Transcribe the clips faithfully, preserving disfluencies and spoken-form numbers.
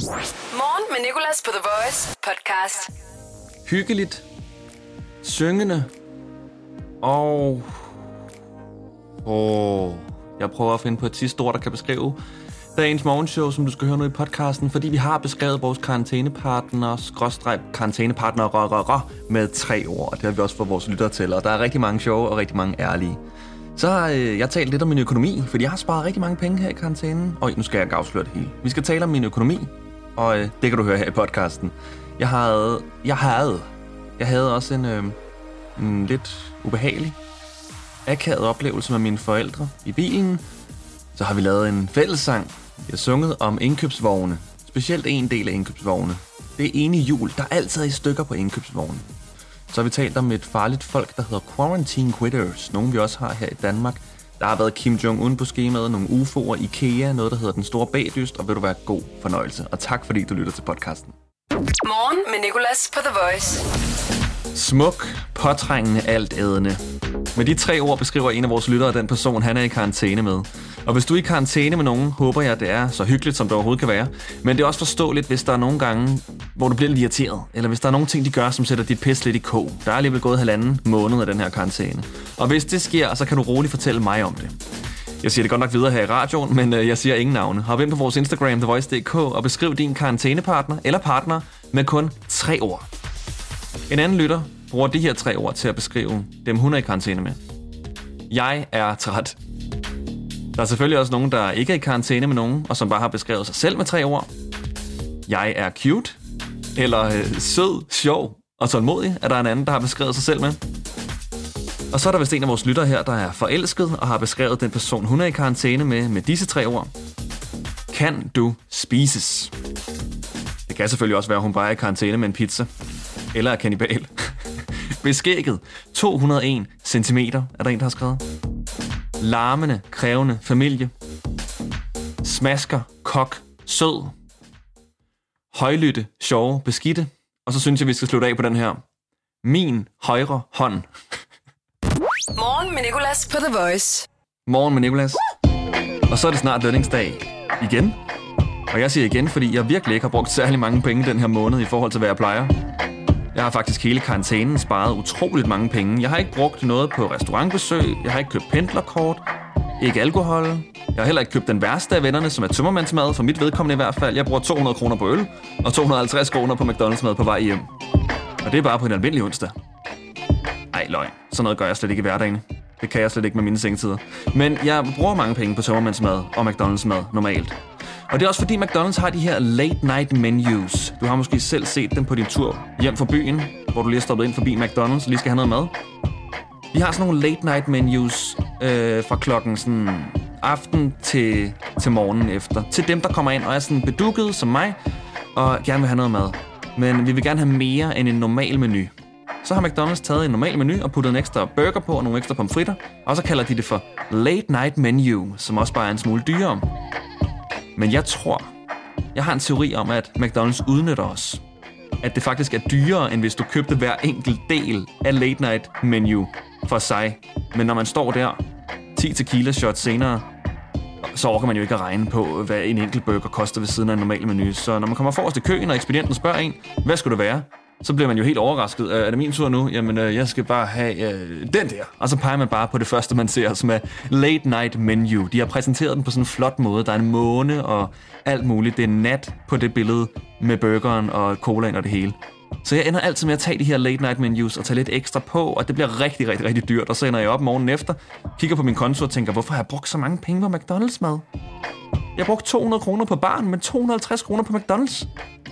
Morgen med Nicolas på The Voice podcast. Hyggeligt, syngende og... Åh, jeg prøver at finde på et sidste ord, der kan beskrive dagens morgenshow, som du skal høre nu i podcasten, fordi vi har beskrevet vores karantænepartner, skråstreg karantænepartner med tre ord, og det har vi også fået vores lyttere til, og der er rigtig mange sjove og rigtig mange ærlige. Så har øh, jeg talt lidt om min økonomi, fordi jeg har sparet rigtig mange penge her i karantænen, og nu skal jeg ikke afsløre det hele. Vi skal tale om min økonomi, og øh, det kan du høre her i podcasten. Jeg havde, jeg havde, jeg havde også en, øh, en lidt ubehagelig, akavet oplevelse med mine forældre i bilen. Så har vi lavet en fællessang. Vi har sunget om indkøbsvogne. Specielt en del af indkøbsvogne. Det er ene jul, der altid er i stykker på indkøbsvogne. Så har vi talt om et farligt folk, der hedder Quarantine Quitters. Nogle vi også har her i Danmark. Der har været Kim Jong-un på skemaet, nogle U F O'er, IKEA, noget der hedder Den Store Bagdyst, og vil du være god fornøjelse. Og tak fordi du lytter til podcasten. Morgen med Nicolas på The Voice. Smuk, påtrængende, altædende. Med de tre ord beskriver en af vores lyttere den person, han er i karantæne med. Og hvis du er i karantæne med nogen, håber jeg, det er så hyggeligt, som det overhovedet kan være. Men det er også forståeligt, hvis der er nogle gange, hvor du bliver lidt irriteret. Eller hvis der er nogle ting, de gør, som sætter dit pis lidt i kog. Der er alligevel gået halvanden måned af den her karantæne. Og hvis det sker, så kan du roligt fortælle mig om det. Jeg siger det godt nok videre her i radioen, men jeg siger ingen navne. Hop ind på vores Instagram, the voice punktum d k, og beskriv din karantænepartner eller partner med kun tre ord. En anden lytter bruger de her tre ord til at beskrive dem, hun er i karantæne med. Jeg er træt. Der er selvfølgelig også nogen, der ikke er i karantæne med nogen, og som bare har beskrevet sig selv med tre ord. Jeg er cute, eller øh, sød, sjov og tålmodig, er der en anden, der har beskrevet sig selv med. Og så er der vist en af vores lyttere her, der er forelsket og har beskrevet den person, hun er i karantæne med, med disse tre ord. Kan du spises? Det kan selvfølgelig også være, at hun bare er i karantæne med en pizza. Eller er kannibal. Beskægget. to hundrede og en centimeter, er der en, der har skrevet. Larmende, krævende familie. Smasker, kok, sød. Højlytte, sjove, beskidte. Og så synes jeg, vi skal slutte af på den her. Min højre hånd. Morgen med Nicolas på The Voice. Morgen med Nicolas. Og så er det snart lønningsdag. Igen. Og jeg siger igen, fordi jeg virkelig ikke har brugt særlig mange penge den her måned i forhold til, hvad jeg plejer. Jeg har faktisk hele karantænen sparet utroligt mange penge. Jeg har ikke brugt noget på restaurantbesøg. Jeg har ikke købt pendlerkort. Ikke alkohol. Jeg har heller ikke købt den værste af vennerne, som er tømmermandsmad. For mit vedkommende i hvert fald. Jeg bruger to hundrede kroner på øl og to hundrede og halvtreds kroner på McDonald's-mad på vej hjem. Og det er bare på en almindelig onsdag. Ej, løgn. Sådan noget gør jeg slet ikke i hverdagen. Det kan jeg slet ikke med mine sengetider. Men jeg bruger mange penge på tømmermandsmad og McDonald's-mad normalt. Og det er også fordi McDonald's har de her late night menus. Du har måske selv set dem på din tur hjem fra byen, hvor du lige har stoppet ind forbi McDonald's og lige skal have noget mad. De har sådan nogle late night menus øh, fra klokken sådan aften til, til morgenen efter. Til dem, der kommer ind og er sådan bedukket som mig og gerne vil have noget mad. Men vi vil gerne have mere end en normal menu. Så har McDonald's taget en normal menu og puttet en ekstra burger på og nogle ekstra pomfritter. Og så kalder de det for late night menu, som også bare er en smule dyrere. Men jeg tror, jeg har en teori om, at McDonald's udnytter os. At det faktisk er dyrere, end hvis du købte hver enkelt del af late night menu for sig. Men når man står der ti tequila shots senere, så orker man jo ikke at regne på, hvad en enkelt burger koster ved siden af en normal menu. Så når man kommer forrest i køen, og ekspedienten spørger en, hvad skulle det være? Så bliver man jo helt overrasket. Er det min tur nu? Jamen, jeg skal bare have øh, den der. Og så peger man bare på det første, man ser, som er late night menu. De har præsenteret den på sådan en flot måde. Der er en måne og alt muligt. Det er nat på det billede med burgeren og colaen og det hele. Så jeg ender altid med at tage de her late night menus og tage lidt ekstra på, og det bliver rigtig, rigtig, rigtig dyrt. Og så ender jeg op morgenen efter, kigger på min konto og tænker, hvorfor har jeg brugt så mange penge på McDonald's mad? Jeg har brugt to hundrede kroner på baren, men to hundrede og halvtreds kroner på McDonald's.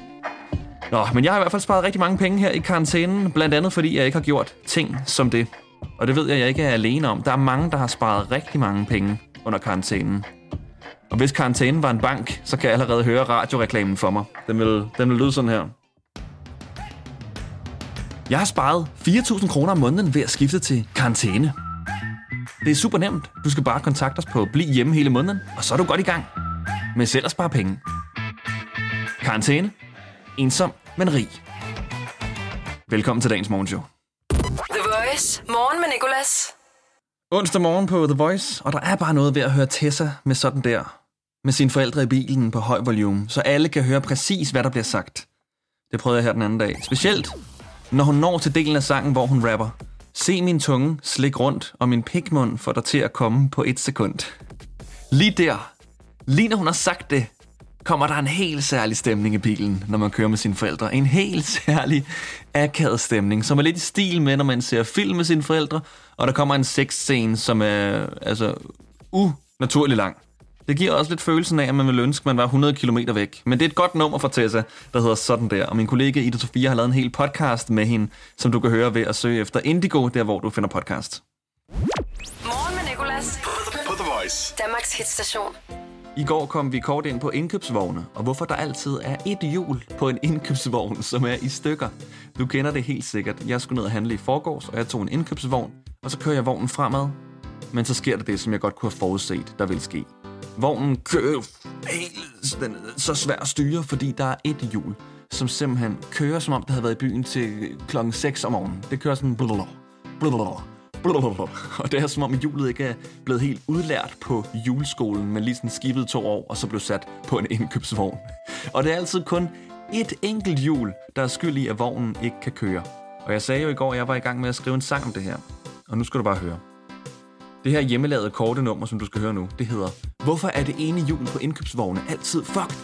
Nå, men jeg har i hvert fald sparet rigtig mange penge her i karantænen, blandt andet fordi jeg ikke har gjort ting som det. Og det ved jeg, jeg ikke er alene om. Der er mange, der har sparet rigtig mange penge under karantænen. Og hvis karantænen var en bank, så kan jeg allerede høre radioreklamen for mig. Den vil, den vil lyde sådan her. Jeg har sparet fire tusind kroner om måneden ved at skifte til karantæne. Det er super nemt. Du skal bare kontakte os på Bliv hjemme hele måneden, og så er du godt i gang med selv at spare penge. Karantæne. Ensom, men rig. Velkommen til dagens morgenshow. The Voice. Morgen med Nicolas. Onsdag morgen på The Voice, og der er bare noget ved at høre Tessa med sådan der med sine forældre i bilen på høj volume, så alle kan høre præcis, hvad der bliver sagt. Det prøvede jeg her den anden dag. Specielt, når hun når til delen af sangen, hvor hun rapper. Se min tunge slik rundt, og min pikmund får dig til at komme på et sekund. Lige der, lige når hun har sagt det, kommer der en helt særlig stemning i bilen, når man kører med sine forældre. En helt særlig akavet stemning, som er lidt i stil med, når man ser film med sine forældre, og der kommer en sexscene, som er altså unaturlig lang. Det giver også lidt følelsen af, at man vil ønske, at man var hundrede kilometer væk. Men det er et godt nummer fra Tessa, der hedder Sådan der. Og min kollega Ida Sofia har lavet en hel podcast med hende, som du kan høre ved at søge efter Indigo, der hvor du finder podcast. Morgen med Nicolas. På The Voice. Danmarks hitstation. I går kom vi kort ind på indkøbsvogne, og hvorfor der altid er et hjul på en indkøbsvogn, som er i stykker. Du kender det helt sikkert. Jeg skulle ned og handle i forgårs, og jeg tog en indkøbsvogn, og så kører jeg vognen fremad. Men så sker der det, som jeg godt kunne have forudset, der vil ske. Vognen kører helt, den er så svær at styre, fordi der er et hjul, som simpelthen kører, som om det havde været i byen til klokken seks om morgenen. Det kører sådan blablabla, blablabla, blablabla. Og det er som om hjulet ikke er blevet helt udlært på juleskolen, men lige sådan skibet to år, og så blev sat på en indkøbsvogn. Og det er altid kun et enkelt hjul, der er skyld i, at vognen ikke kan køre. Og jeg sagde jo i går, at jeg var i gang med at skrive en sang om det her. Og nu skal du bare høre. Det her hjemmelavede korte nummer, som du skal høre nu, det hedder Hvorfor er det ene hjul på indkøbsvogne altid fucked?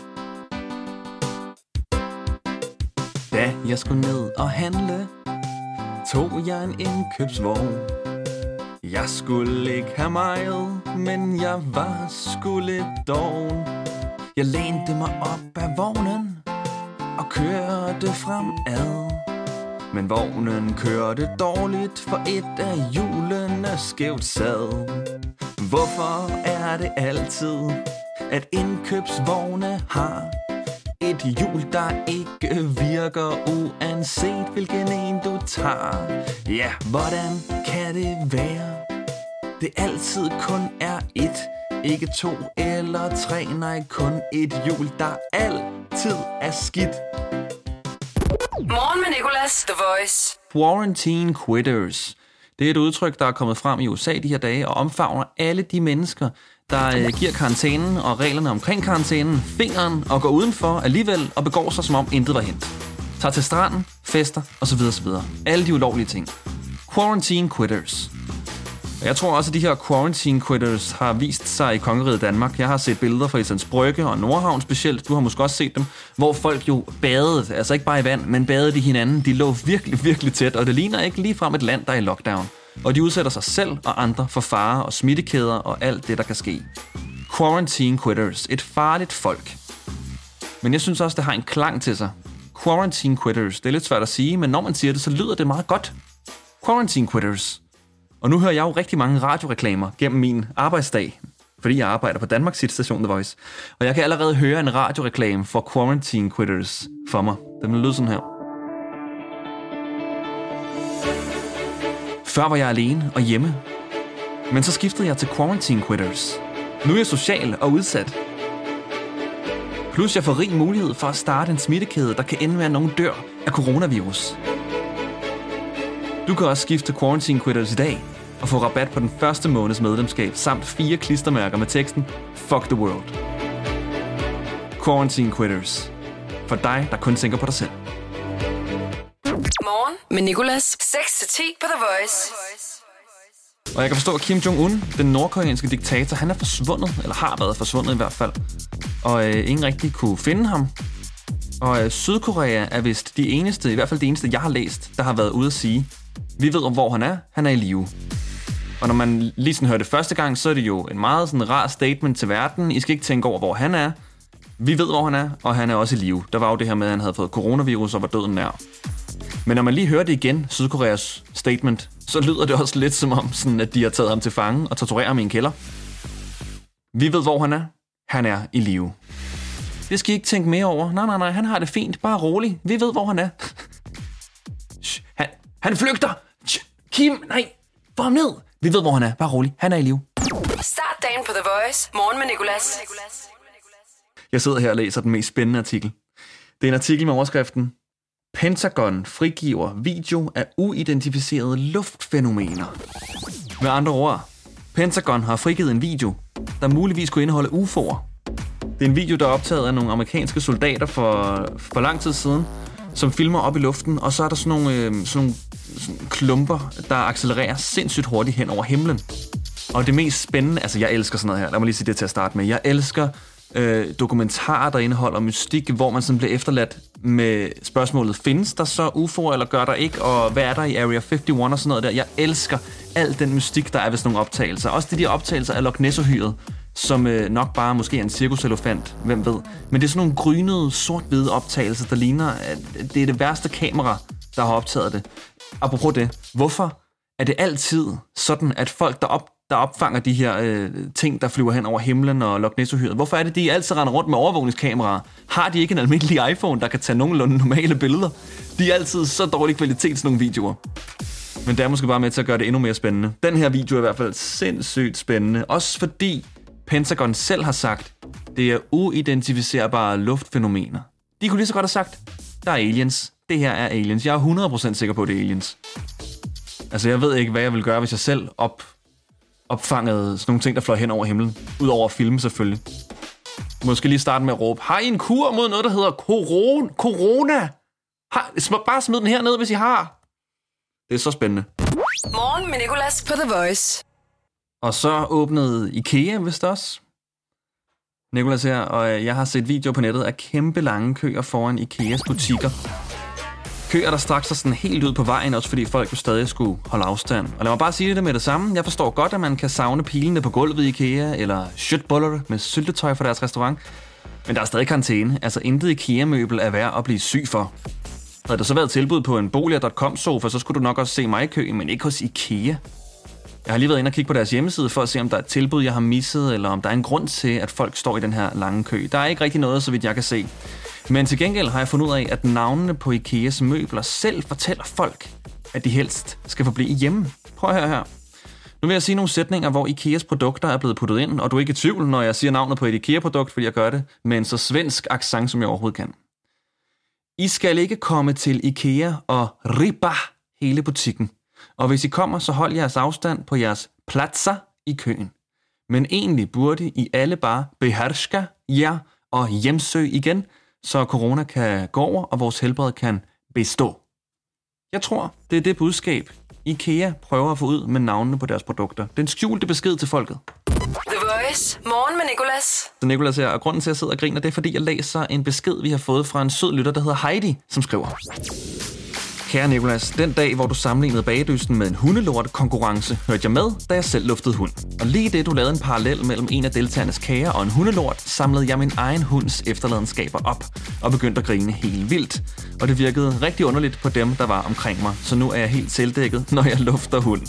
Da jeg skulle ned og handle, tog jeg en indkøbsvogn. Jeg skulle ikke have meget, men jeg var sgu lidt doven. Jeg lænede mig op af vognen og kørte fremad. Men vognen kørte dårligt, for et af hjulene skævt sad. Hvorfor er det altid, at indkøbsvogne har et hjul, der ikke virker, uanset hvilken en du tager? Ja, hvordan kan det være? Det altid kun er et, ikke to eller tre, nej kun et hjul, der altid er skidt. Morgen med Nicolas, The Voice. Quarantine quitters. Det er et udtryk, der er kommet frem i U S A de her dage, og omfavner alle de mennesker, der øh, giver karantænen og reglerne omkring karantænen fingeren og går udenfor alligevel og begår sig, som om intet var hent. Tager til stranden, fester osv. osv. Alle de ulovlige ting. Quarantine quitters. Jeg tror også, at de her quarantine quitters har vist sig i kongeriget Danmark. Jeg har set billeder fra Islands Brygge og Nordhavn specielt. Du har måske også set dem, hvor folk jo badede, altså ikke bare i vand, men badede de hinanden. De lå virkelig, virkelig tæt, og det ligner ikke ligefrem et land, der er i lockdown. Og de udsætter sig selv og andre for farer og smittekæder og alt det, der kan ske. Quarantine quitters. Et farligt folk. Men jeg synes også, det har en klang til sig. Quarantine quitters. Det er lidt svært at sige, men når man siger det, så lyder det meget godt. Quarantine quitters. Og nu hører jeg jo rigtig mange radioreklamer gennem min arbejdsdag, fordi jeg arbejder på Danmarks hitstation The Voice. Og jeg kan allerede høre en radioreklame for Quarantine Quitters for mig. Den vil lyde sådan her. Før var jeg alene og hjemme, men så skiftede jeg til Quarantine Quitters. Nu er jeg social og udsat. Plus jeg får rig mulighed for at starte en smittekæde, der kan ende med, at nogen dør af coronavirus. Du kan også skifte Quarantine Quitters i dag og få rabat på den første måneds medlemskab samt fire klistermærker med teksten Fuck the World. Quarantine Quitters. For dig, der kun tænker på dig selv. Morgen med Nicolas. seks til ti på The Voice. Og jeg kan forstå, at Kim Jong-un, den nordkoreanske diktator, han er forsvundet, eller har været forsvundet i hvert fald. Og øh, ingen rigtig kunne finde ham. Og øh, Sydkorea er vist de eneste, i hvert fald det eneste, jeg har læst, der har været ude at sige, vi ved, hvor han er. Han er i live. Og når man lige sådan hører det første gang, så er det jo en meget sådan rar statement til verden. I skal ikke tænke over, hvor han er. Vi ved, hvor han er, og han er også i live. Der var jo det her med, at han havde fået coronavirus og var døden nær. Men når man lige hører det igen, Sydkoreas statement, så lyder det også lidt som om, sådan, at de har taget ham til fange og torturerer ham i en kælder. Vi ved, hvor han er. Han er i live. Det skal I ikke tænke mere over. Nej, nej, nej, han har det fint. Bare rolig. Vi ved, hvor han er. han, han flygter! Kim, nej! Få ham ned! Vi ved, hvor han er. Bare rolig. Han er i live. Start dagen på The Voice. Morgen med Nicolas. Jeg sidder her og læser den mest spændende artikel. Det er en artikel med overskriften Pentagon frigiver video af uidentificerede luftfænomener. Med andre ord, Pentagon har frigivet en video, der muligvis kunne indeholde U F O'er. Det er en video, der er optaget af nogle amerikanske soldater for, for lang tid siden, som filmer op i luften, og så er der sådan nogle, øh, sådan nogle sådan klumper, der accelererer sindssygt hurtigt hen over himlen. Og det mest spændende, altså jeg elsker sådan noget her, lad mig lige sige det til at starte med. Jeg elsker øh, dokumentarer, der indeholder mystik, hvor man sådan bliver efterladt med spørgsmålet, findes der så U F O'er, eller gør der ikke, og hvad er der i Area enoghalvfems og sådan noget der. Jeg elsker al den mystik, der er ved sådan nogle optagelser. Også de der optagelser af Loch Ness-uhyret, som øh, nok bare måske er en cirkuselefant, hvem ved. Men det er sådan nogle grynede, sort-hvide optagelser, der ligner, at det er det værste kamera, der har optaget det. Apropos det, hvorfor er det altid sådan, at folk, der, op, der opfanger de her øh, ting, der flyver hen over himlen og Loch Ness-uhyret, hvorfor er det, de altid render rundt med overvågningskameraer? Har de ikke en almindelig iPhone, der kan tage nogenlunde normale billeder? De er altid så dårlig kvalitet, sådan nogle videoer. Men det er måske bare med til at gøre det endnu mere spændende. Den her video er i hvert fald sindssygt spændende, også fordi Pentagon selv har sagt, det er uidentificerbare luftfænomener. De kunne lige så godt have sagt, der er aliens. Det her er aliens. Jeg er hundrede procent sikker på, det er aliens. Altså, jeg ved ikke, hvad jeg ville gøre, hvis jeg selv op, opfangede sådan nogle ting, der fløj hen over himlen. Udover at filme, selvfølgelig. Måske lige starte med at råbe, har I en kur mod noget, der hedder corona? Corona? Har, bare smid den herned, hvis I har. Det er så spændende. Morgen med Nicolas på The Voice. Og så åbnede IKEA vist også. Nicolas her, og jeg har set videoer på nettet af kæmpe lange køer foran IKEAs butikker. Køer, der straks sig sådan helt ud på vejen, også fordi folk jo stadig skulle holde afstand. Og lad mig bare sige det med det samme. Jeg forstår godt, at man kan savne pilene på gulvet i IKEA, eller shitboller med syltetøj fra deres restaurant. Men der er stadig karantæne. Altså intet IKEA-møbel er værd at blive syg for. Havde der så været tilbud på en boliger punktum com sofa, så skulle du nok også se mig i køen, men ikke hos IKEA. Jeg har lige været inde og kigge på deres hjemmeside for at se, om der er et tilbud, jeg har misset, eller om der er en grund til, at folk står i den her lange kø. Der er ikke rigtig noget, så vidt jeg kan se. Men til gengæld har jeg fundet ud af, at navnene på IKEAs møbler selv fortæller folk, at de helst skal forblive hjemme. Prøv at høre her. Nu vil jeg sige nogle sætninger, hvor IKEAs produkter er blevet puttet ind, og du er ikke i tvivl, når jeg siger navnet på et IKEA-produkt, fordi jeg gør det med en så svensk accent, som jeg overhovedet kan. I skal ikke komme til IKEA og ribba hele butikken. Og hvis I kommer, så hold jeres afstand på jeres pladser i køen. Men egentlig burde I alle bare beherske jer og hjemsøge igen, så corona kan gå over, og vores helbred kan bestå. Jeg tror, det er det budskab, IKEA prøver at få ud med navnene på deres produkter. Den skjulte besked til folket. The Voice. Morgen med Nicolas. Så Nicolas her, og grunden til, at jeg sidder og griner, det er, fordi jeg læser en besked, vi har fået fra en sød lytter, der hedder Heidi, som skriver: Kære Nicolas, den dag, hvor du sammenlignede bagdysten med en hundelort-konkurrence, hørte jeg med, da jeg selv luftede hund. Og lige det, du lavede en parallel mellem en af deltagernes kager og en hundelort, samlede jeg min egen hunds efterladenskaber op og begyndte at grine helt vildt. Og det virkede rigtig underligt på dem, der var omkring mig, så nu er jeg helt tildækket, når jeg lufter hund.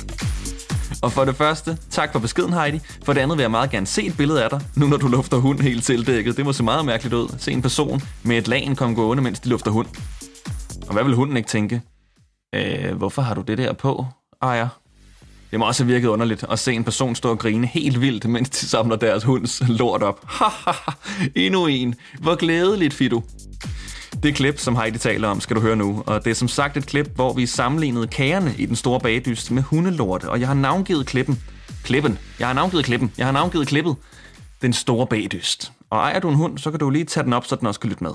Og for det første, tak for beskeden, Heidi. For det andet vil jeg meget gerne se et billede af dig, nu når du lufter hund helt tildækket. Det må se meget mærkeligt ud. Se en person med et lagen komme gående, mens de lufter hund. Og hvad vil hunden ikke tænke? Øh, hvorfor har du det der på, ejer? Det må også have virket underligt at se en person stå og grine helt vildt, mens de samler deres hunds lort op. Hahaha, endnu en. Hvor glædeligt, Fido. Det klip, som Heidi taler om, skal du høre nu. Og det er som sagt et klip, hvor vi sammenlignede kagerne i den store bagdyst med hundelorte. Og jeg har navngivet klippen. Klippen. Jeg har navngivet klippen. Jeg har navngivet klippet. Den store bagdyst. Og ejer du en hund, så kan du lige tage den op, så den også kan lytte med.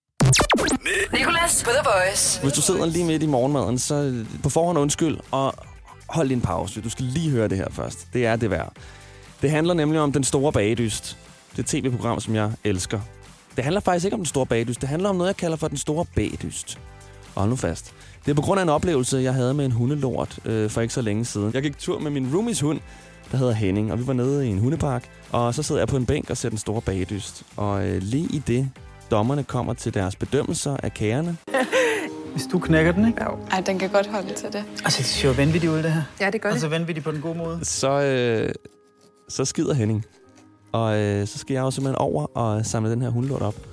Nicolas på The Voice. Hvis du sidder lige midt i morgenmaden, så på forhånd undskyld, og hold din pause. Du skal lige høre det her først. Det er det værd. Det handler nemlig om Den Store Bagedyst. Det tv-program, som jeg elsker. Det handler faktisk ikke om Den Store Bagedyst. Det handler om noget, jeg kalder for Den Store Bagdyst. Og hold nu fast. Det er på grund af en oplevelse, jeg havde med en hundelort øh, for ikke så længe siden. Jeg gik tur med min roomies hund, der hedder Henning, og vi var nede i en hundepark. Og så sidder jeg på en bænk og ser Den Store Bagedyst. Og øh, lige i det, dommerne kommer til deres bedømmelser af kagerne. Hvis du knækker den, ikke? Jo. Ej, den kan godt holde til det. Altså, det ser jo vanvittigt ud, det her. Ja, det gør det. Altså, vanvittigt på den gode måde. Så, øh, så skider Henning. Og øh, så skal jeg jo simpelthen over og samle den her hundelort op.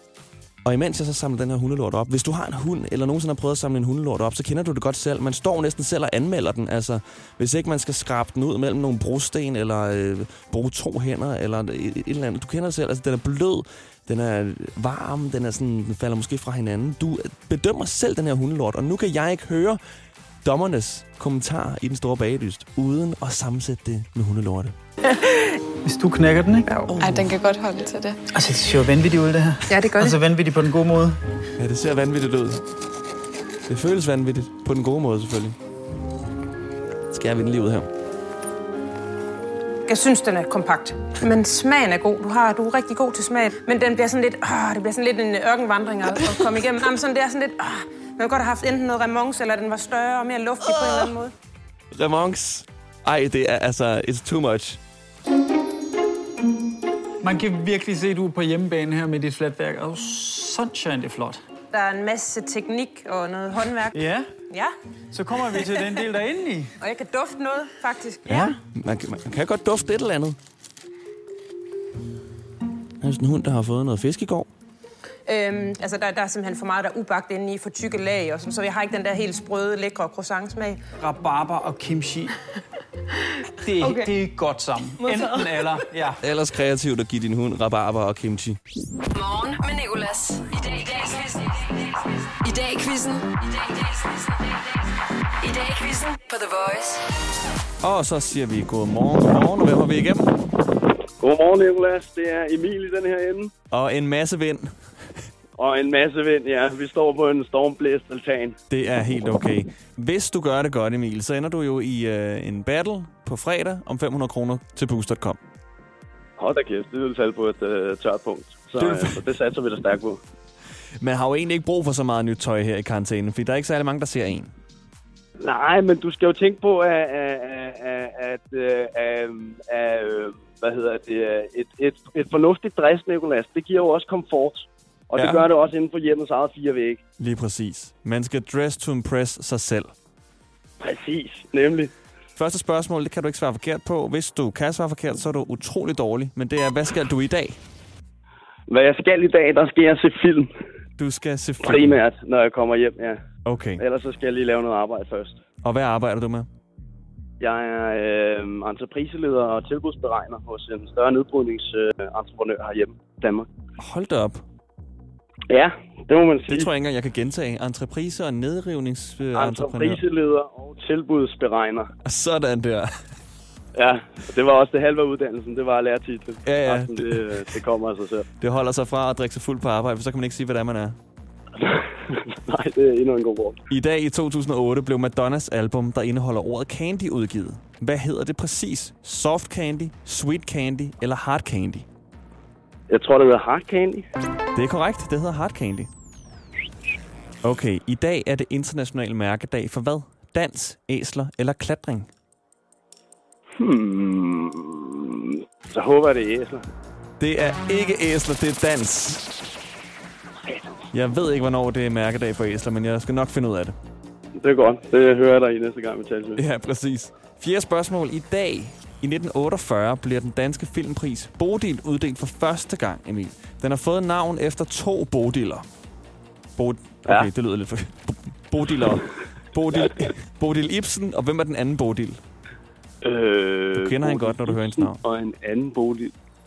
Og imens jeg så samler den her hundelort op, hvis du har en hund, eller nogensinde har prøvet at samle en hundelort op, så kender du det godt selv. Man står næsten selv og anmelder den. Altså, hvis ikke man skal skrabe den ud mellem nogle brosten, eller øh, bruge to hænder, eller et, et eller andet. Du kender det selv. Altså, den er blød, den er varm, den, er sådan, den falder måske fra hinanden. Du bedømmer selv den her hundelort, og nu kan jeg ikke høre dommernes kommentar i Den Store Bagedyst, uden at sammensætte det med hundelorte. Hvis du knækker den, ikke? Jo. Ej, den kan godt holde til det. Altså, det ser jo vanvittigt ud, det her. Ja, det gør det. Altså, vanvittigt på den gode måde. Ja, det ser vanvittigt ud. Det føles vanvittigt. På den gode måde, selvfølgelig. Skal jeg vinde livet her? Jeg synes, den er kompakt. Men smagen er god. Du, har, du er rigtig god til smag. Men den bliver sådan lidt... Åh, det bliver sådan lidt en ørkenvandring at, at komme igennem. Jamen, sådan, det er sådan lidt... Åh, man kunne godt have haft enten noget remons, eller den var større og mere luftig oh. på en eller anden måde. Remons. Ej, det er altså... It's too much. Man kan virkelig se, at du er på hjemmebane her med dit flatværk. Og sunshine, det er flot. Der er en masse teknik og noget håndværk. Ja. Ja. Så kommer vi til den del derinde i. Og jeg kan dufte noget, faktisk. Ja, man kan, man kan godt dufte et eller andet. Der er sådan en hund, der har fået noget fisk i går. Øhm, altså, der, der er simpelthen for meget, der er ubagt inde i, for tykke lag, og sådan, så jeg har ikke den der helt sprøde, lækre croissant-smag. Rabarber og kimchi. Det, okay. det er godt sammen. Enten eller, ja. Ellers kreativt at give din hund rabarber og kimchi. Morgen med Nicolas. I dag i quizzen. I dag i quizzen. I dag i quizzen på The Voice. Og så siger vi godmorgen, godmorgen, og hvem har vi igennem? Godmorgen, Nicolas. Det er Emil i den her ende. Og en masse vind. Og en masse vind, ja. Vi står på en stormblæst altan. Det er helt okay. Hvis du gør det godt, Emil, så ender du jo i øh, en battle på fredag om fem hundrede kroner til boost punktum com. Hold da kæft, det vil falde på et øh, tørt punkt. Så det, øh, så det satser vi da stærkt på. Man har jo egentlig ikke brug for så meget nyt tøj her i karantænen, fordi der er ikke særlig mange, der ser en. Nej, men du skal jo tænke på, at, at, at, at, at, at hvad hedder det, et, et, et fornuftigt dress, Nicolas, det giver jo også komfort. Og ja. Det gør det også inden for hjemmets eget fire vægge. Lige præcis. Man skal dress to impress sig selv. Præcis, nemlig. Første spørgsmål, det kan du ikke svare forkert på. Hvis du kan svare forkert, så er du utrolig dårlig. Men det er, hvad skal du i dag? Hvad jeg skal i dag, der skal jeg se film. Du skal se film? Primært, når jeg kommer hjem, ja. Okay. Ellers så skal jeg lige lave noget arbejde først. Og hvad arbejder du med? Jeg er øh, entrepriseleder og tilbudsberegner hos en større nedbrydningsentreprenør øh, herhjemme i Danmark. Hold da op. Ja, det må man sige. Det tror jeg ikke engang, jeg kan gentage. Entreprise og nedrivningsentreprenør. Entrepriseleder og tilbudsberegner. Sådan der. Ja, det var også det halve af uddannelsen. Det var at lære titlen. Ja, ja. Resten, det, det kommer af sig selv. Det holder sig fra at drikke sig fuld på arbejde, for så kan man ikke sige, hvad det er, man er. Nej, det er endnu en god ord. I dag i to tusind og otte blev Madonnas album, der indeholder ordet candy, udgivet. Hvad hedder det præcis? Soft candy, sweet candy eller hard candy? Jeg tror, det hedder hard candy. Det er korrekt. Det hedder hard candy. Okay, i dag er det international mærkedag for hvad? Dans, æsler eller klatring? Hmm. Så håber jeg, det er æsler. Det er ikke æsler, det er dans. Jeg ved ikke, hvornår det er mærkedag for æsler, men jeg skal nok finde ud af det. Det er godt. Det hører jeg dig i næste gang, vi taler. Ja, præcis. Fjerde spørgsmål. I dag, i nitten otteogfyrre, bliver den danske filmpris Bodil uddelt for første gang, Emil. Den har fået navn efter to Bodiller. Bod... Okay, ja. Det lyder lidt for... Bodiller. Bodil... Bodil Ibsen, og hvem er den anden Bodil? Øh, du kender hende godt, når du hører hendes navn. Og en anden Bodil.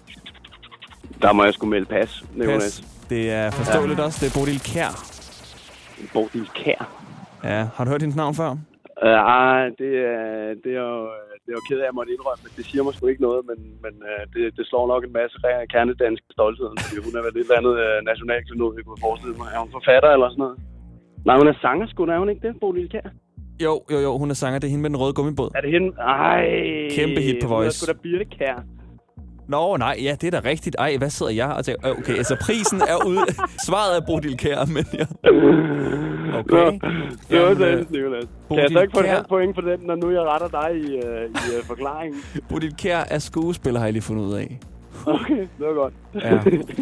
Der må jeg sgu melde pas. Pas. Det er forståeligt ja. Også. Det er Bodil Kjær. Bodil Kjær? Ja. Har du hørt hendes navn før? Nej, uh, det, uh, det er jo det er jo ked af, at jeg måtte indrømme, men det siger mig sgu ikke noget, men, men uh, det, det slår nok en masse kernedansk stolthed, fordi hun er vel et eller andet uh, nationalklenod, jeg kunne forestille mig. Er hun forfatter eller sådan noget? Nej, hun er sanger sgu, er hun ikke det, Bodil Kjær? Jo, jo, jo, hun er sanger. Det er hende med den røde gummibåd. Er det hende? Ej, kæmpe hit på Voice. Hun er sgu da Birte Kjær. Nå, nej, ja, det er da rigtigt. Ej, hvad sidder jeg og tænker? Okay, altså prisen er ude. Svaret er Bodil Kjær, men ja. Okay. Nå, det var det, Nicolas. Kan jeg så ikke få et halvt point for den, når nu jeg retter dig i, uh, i uh, forklaringen? Bodil Kjær er skuespiller, har jeg lige fundet ud af. Okay, det var godt. Ja.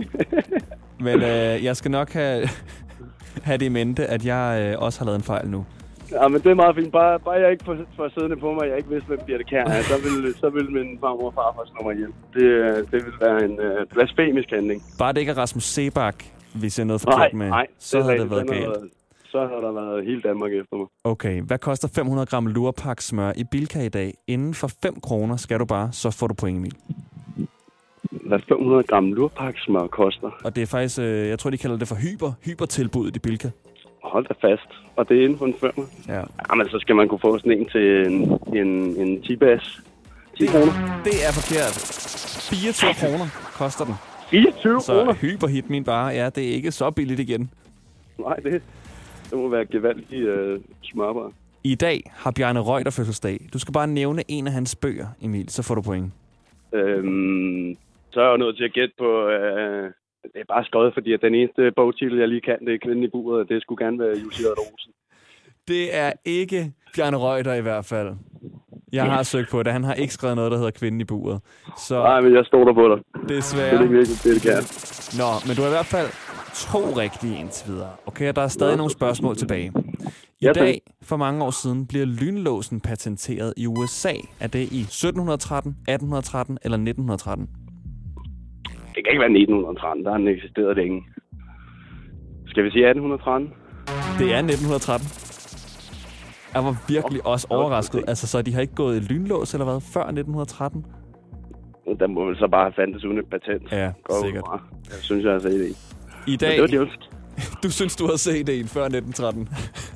Men øh, jeg skal nok have, have det i mente, at jeg øh, også har lavet en fejl nu. Ja, men det er meget fint. Bare, bare jeg ikke får, får siddende på mig, og jeg ikke vidste, hvem Birte Kjær er, så vil, så vil min farmor og farfar slå mig hjem. Det, det vil være en uh, blasfemisk handling. Bare det ikke er Rasmus Sebak, hvis jeg er noget forkert med, nej, så det havde det været galt. Noget, så har der været hele Danmark efter mig. Okay, hvad koster fem hundrede gram lurpak smør i Bilka i dag? Inden for fem kroner skal du bare, så får du point, Emil. Hvad fem hundrede gram lurpak smør koster? Og det er faktisk, øh, jeg tror, de kalder det for hyper, hypertilbuddet i Bilka. Hold da fast. Og det er inden for en femmer. Ja. Jamen, så skal man kunne få sådan en til en, en, en ti-bas. ti kroner. Det er forkert. fireogtyve kroner koster den. fireogtyve kroner? Så hyperhit min bare. Ja, det er ikke så billigt igen. Nej, det, det må være gevaldigt øh, smørbar. I dag har Bjarne Reuter fødselsdag. Du skal bare nævne en af hans bøger, Emil, så får du point. Øhm, så er jeg nødt til at gætte på... Øh, det er bare skrevet, fordi at den eneste bogtitel, jeg lige kan, det er Kvinden i buret. Det skulle gerne være Jussi Adler-Olsen. Det er ikke Bjarne Reuter i hvert fald. Jeg har søgt på det. Han har ikke skrevet noget, der hedder Kvinden i buret. Så nej, men jeg stoler på dig. Desværre. Det er ikke virkelig, det, det kan. Nå, men du har i hvert fald to rigtige indtil videre. Okay, der er stadig ja. nogle spørgsmål tilbage. I dag, for mange år siden, bliver lynlåsen patenteret i U S A. Er det i sytten tretten, atten tretten eller nitten tretten? Det kan ikke være nitten tretten. Der har den eksisteret længe. Skal vi sige atten tretten? Det er nitten tretten. Jeg var virkelig oh, også overrasket. Altså, så de har ikke gået i lynlås eller hvad, før nitten tretten? Der må vel så bare have fandtes uden et patent. Ja, Gå sikkert. Fra. Jeg synes, jeg har set det. I dag... Men det var djævligt. Du synes, du har set det før nitten tretten?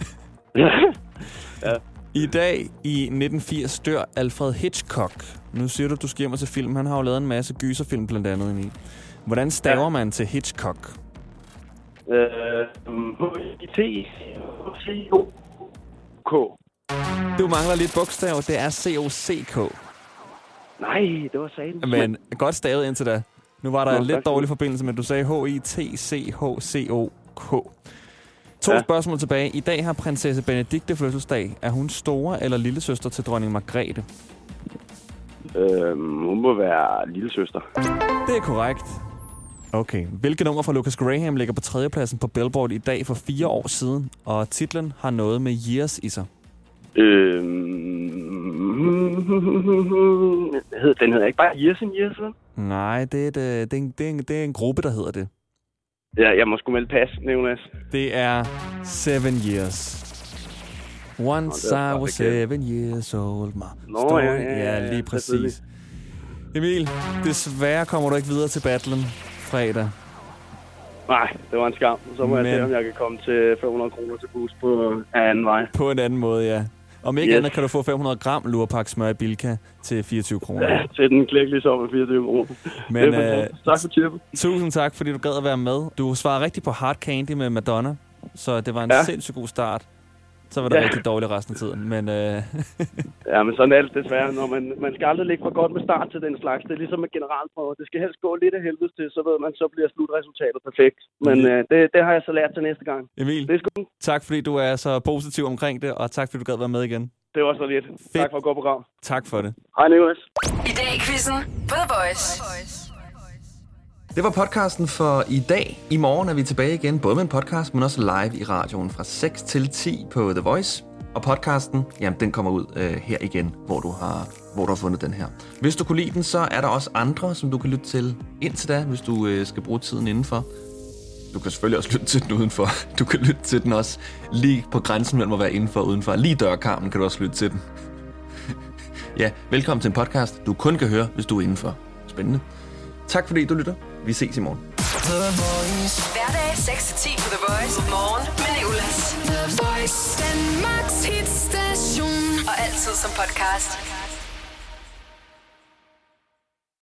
Ja. I dag i nitten firs dør Alfred Hitchcock. Nu siger du, du skal hjem og se film. Han har jo lavet en masse gyserfilm blandt andet i. Hvordan staver ja. man til Hitchcock? Øh, H I T C O K. Du mangler lidt bogstav. Det er C O C K. Nej, det var sagen. Men godt stavet indtil da. Nu var der Nå, en lidt tak. dårlig forbindelse, men du sagde H I T C H C O K. To ja. spørgsmål tilbage. I dag har prinsesse Benedikte fødselsdag. Er hun store eller lillesøster til dronning Margrethe? Øhm, hun må være lillesøster. Det er korrekt. Okay. Hvilket nummer fra Lucas Graham ligger på tredjepladsen på Billboard i dag for fire år siden? Og titlen har noget med Years i sig. Øhm, den hedder ikke bare Years and Years, vel? Nej, det er, et, det, er en, det, er en, det er en gruppe, der hedder det. Ja, jeg må sgu melde pas, Jonas. Det er Seven Years. Once Nå, I was seven years old. My Nå, story. Ja, ja, ja, ja, lige præcis. Emil, desværre kommer du ikke videre til battlen fredag. Nej, det var en skam. Så må Men... jeg se, om jeg kan komme til fem hundrede kroner til bus på anden vej. På en anden måde, ja. Om ikke yes. andet kan du få fem hundrede gram lurpak smør i Bilka til fireogtyve kroner. Ja, til den klækkelige sommer fireogtyve kroner. Men øh, tak for tippet. Tusind tak, fordi du gad at være med. Du svarede rigtig på Hard Candy med Madonna, så det var en ja. sindssygt god start. Så var det ja. rigtig dårligt resten af tiden, men... Øh... ja, men sådan er det desværre, når man, man skal aldrig ligge for godt med start til den slags. Det er ligesom med generalprøver. Det skal helst gå lidt af helvede til, så ved man, så bliver slutresultatet perfekt. Men mm. øh, det, det har jeg så lært til næste gang. Emil, det er sgu... tak fordi du er så positiv omkring det, og tak fordi du gad at være med igen. Det var så lidt. Fedt. Tak for et godt program. Tak for det. Hej, Nicolas. I dag i quizzen på The Voice. Det var podcasten for i dag. I morgen er vi tilbage igen, både med en podcast, men også live i radioen fra seks til ti på The Voice. Og podcasten, jamen den kommer ud øh, her igen, hvor du, har, hvor du har fundet den her. Hvis du kunne lide den, så er der også andre, som du kan lytte til indtil da, hvis du øh, skal bruge tiden indenfor. Du kan selvfølgelig også lytte til den udenfor. Du kan lytte til den også lige på grænsen mellem at være indenfor og udenfor. Lige dørkarmen kan du også lytte til den. Ja, velkommen til en podcast, du kun kan høre, hvis du er indenfor. Spændende. Tak fordi du lytter. Vi ses i morgen. Hverdag seks til ti på The Voice. Morgen med Nicolas. The Voice. Danmarks hitstation. Og altid som podcast.